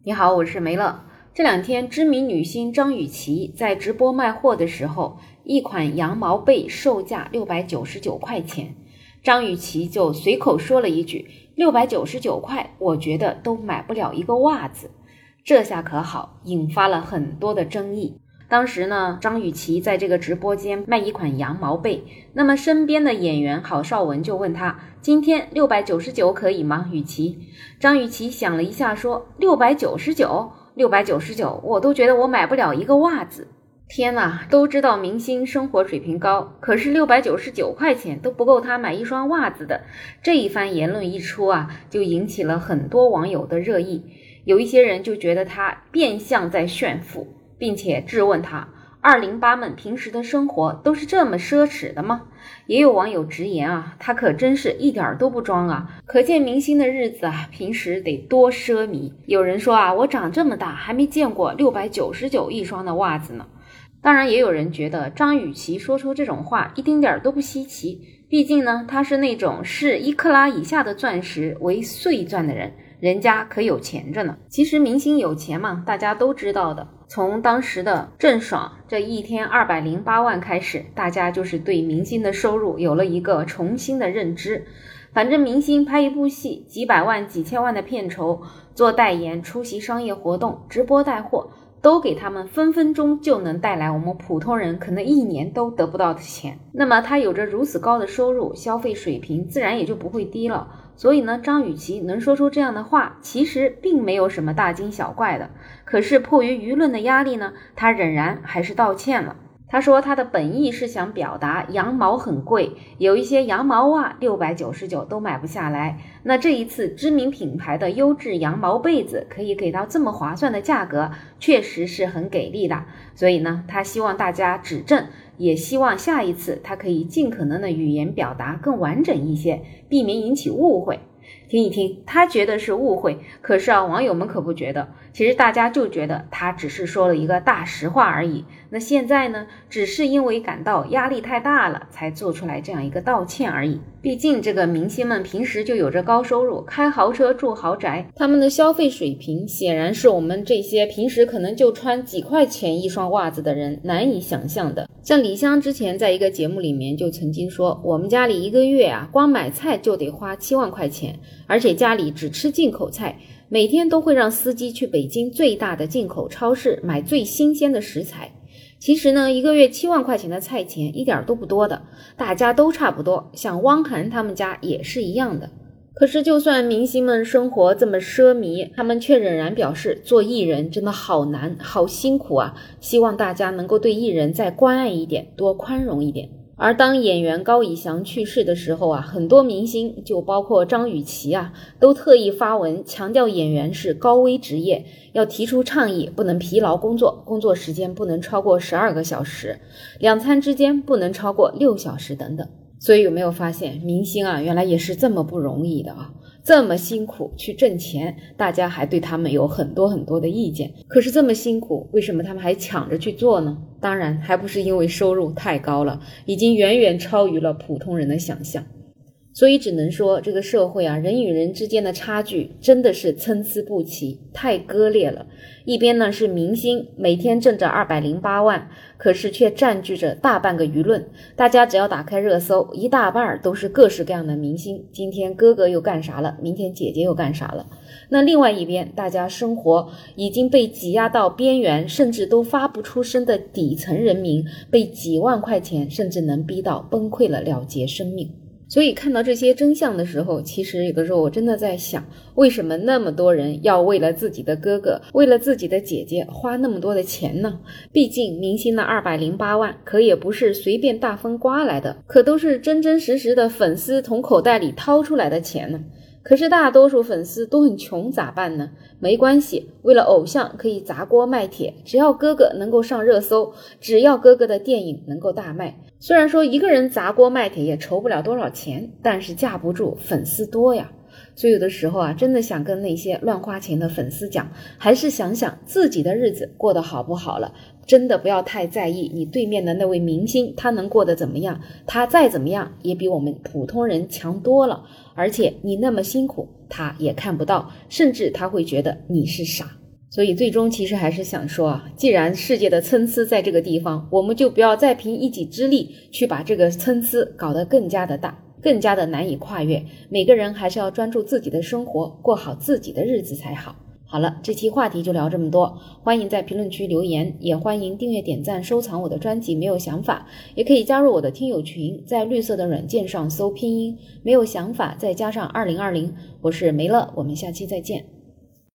你好，我是梅乐。这两天，知名女星张雨绮在直播卖货的时候，一款羊毛被售价699块钱，张雨绮就随口说了一句699块，我觉得都买不了一个袜子。这下可好，引发了很多的争议。当时呢，张雨绮在这个直播间卖一款羊毛被，那么身边的演员郝邵文就问她，今天699可以吗？雨绮。张雨绮想了一下说699，我都觉得我买不了一个袜子。天哪，都知道明星生活水平高，可是699块钱都不够他买一双袜子的。这一番言论一出啊，就引起了很多网友的热议。有一些人就觉得他变相在炫富，并且质问他208们平时的生活都是这么奢侈的吗？也有网友直言啊，他可真是一点都不装啊，可见明星的日子啊，平时得多奢靡。有人说啊，我长这么大还没见过699一双的袜子呢。当然也有人觉得张雨绮说出这种话一丁点都不稀奇，毕竟呢，她是那种视1克拉以下的钻石为碎钻的人，人家可有钱着呢。其实明星有钱嘛，大家都知道的。从当时的郑爽这一天208万开始，大家就是对明星的收入有了一个重新的认知。反正明星拍一部戏，几百万几千万的片酬，做代言，出席商业活动，直播带货，都给他们分分钟就能带来我们普通人可能1年都得不到的钱。那么他有着如此高的收入，消费水平自然也就不会低了。所以呢，张雨绮能说出这样的话，其实并没有什么大惊小怪的。可是迫于舆论的压力呢，她仍然还是道歉了。她说她的本意是想表达羊毛很贵，有一些羊毛袜699都买不下来。那这一次知名品牌的优质羊毛被子可以给到这么划算的价格，确实是很给力的。所以呢，她希望大家指正，也希望下一次她可以尽可能的语言表达更完整一些，避免引起误会。听一听，他觉得是误会，可是啊，网友们可不觉得，其实大家就觉得他只是说了一个大实话而已。那现在呢，只是因为感到压力太大了，才做出来这样一个道歉而已。毕竟这个明星们平时就有着高收入，开豪车住豪宅，他们的消费水平显然是我们这些平时可能就穿几块钱一双袜子的人难以想象的。像李湘之前在一个节目里面就曾经说，我们家里一个月啊，光买菜就得花7万块钱，而且家里只吃进口菜，每天都会让司机去北京最大的进口超市买最新鲜的食材。其实呢，一个月7万块钱的菜钱一点都不多的，大家都差不多，像汪涵他们家也是一样的。可是就算明星们生活这么奢靡，他们却仍然表示做艺人真的好难好辛苦啊，希望大家能够对艺人再关爱一点，多宽容一点。而当演员高以翔去世的时候啊，很多明星就包括张雨绮啊，都特意发文强调演员是高危职业，要提出倡议，不能疲劳工作，工作时间不能超过12个小时，2餐之间不能超过6小时等等。所以有没有发现，明星啊，原来也是这么不容易的啊，这么辛苦去挣钱，大家还对他们有很多的意见。可是这么辛苦，为什么他们还抢着去做呢？当然还不是因为收入太高了，已经远远超于了普通人的想象。所以只能说这个社会啊，人与人之间的差距真的是参差不齐，太割裂了。一边呢是明星每天挣着208万，可是却占据着大半个舆论，大家只要打开热搜，一大半都是各式各样的明星，今天哥哥又干啥了，明天姐姐又干啥了。那另外一边，大家生活已经被挤压到边缘，甚至都发不出声的底层人民，被几万块钱甚至能逼到崩溃了结生命。所以看到这些真相的时候，其实有的时候我真的在想，为什么那么多人要为了自己的哥哥，为了自己的姐姐花那么多的钱呢？毕竟明星的208万可也不是随便大风刮来的，可都是真真实实的粉丝从口袋里掏出来的钱呢。可是大多数粉丝都很穷，咋办呢？没关系，为了偶像可以砸锅卖铁，只要哥哥能够上热搜，只要哥哥的电影能够大卖。虽然说一个人砸锅卖铁也筹不了多少钱，但是架不住粉丝多呀。所以有的时候啊，真的想跟那些乱花钱的粉丝讲，还是想想自己的日子过得好不好了，真的不要太在意你对面的那位明星他能过得怎么样，他再怎么样也比我们普通人强多了，而且你那么辛苦他也看不到，甚至他会觉得你是傻。 所以最终其实还是想说啊，既然世界的参差在这个地方，我们就不要再凭一己之力去把这个参差搞得更加的大，更加的难以跨越。每个人还是要专注自己的生活，过好自己的日子才好。好了，这期话题就聊这么多，欢迎在评论区留言，也欢迎订阅点赞收藏我的专辑没有想法，也可以加入我的听友群，在绿色的软件上搜拼音没有想法再加上2020，我是梅乐，我们下期再见。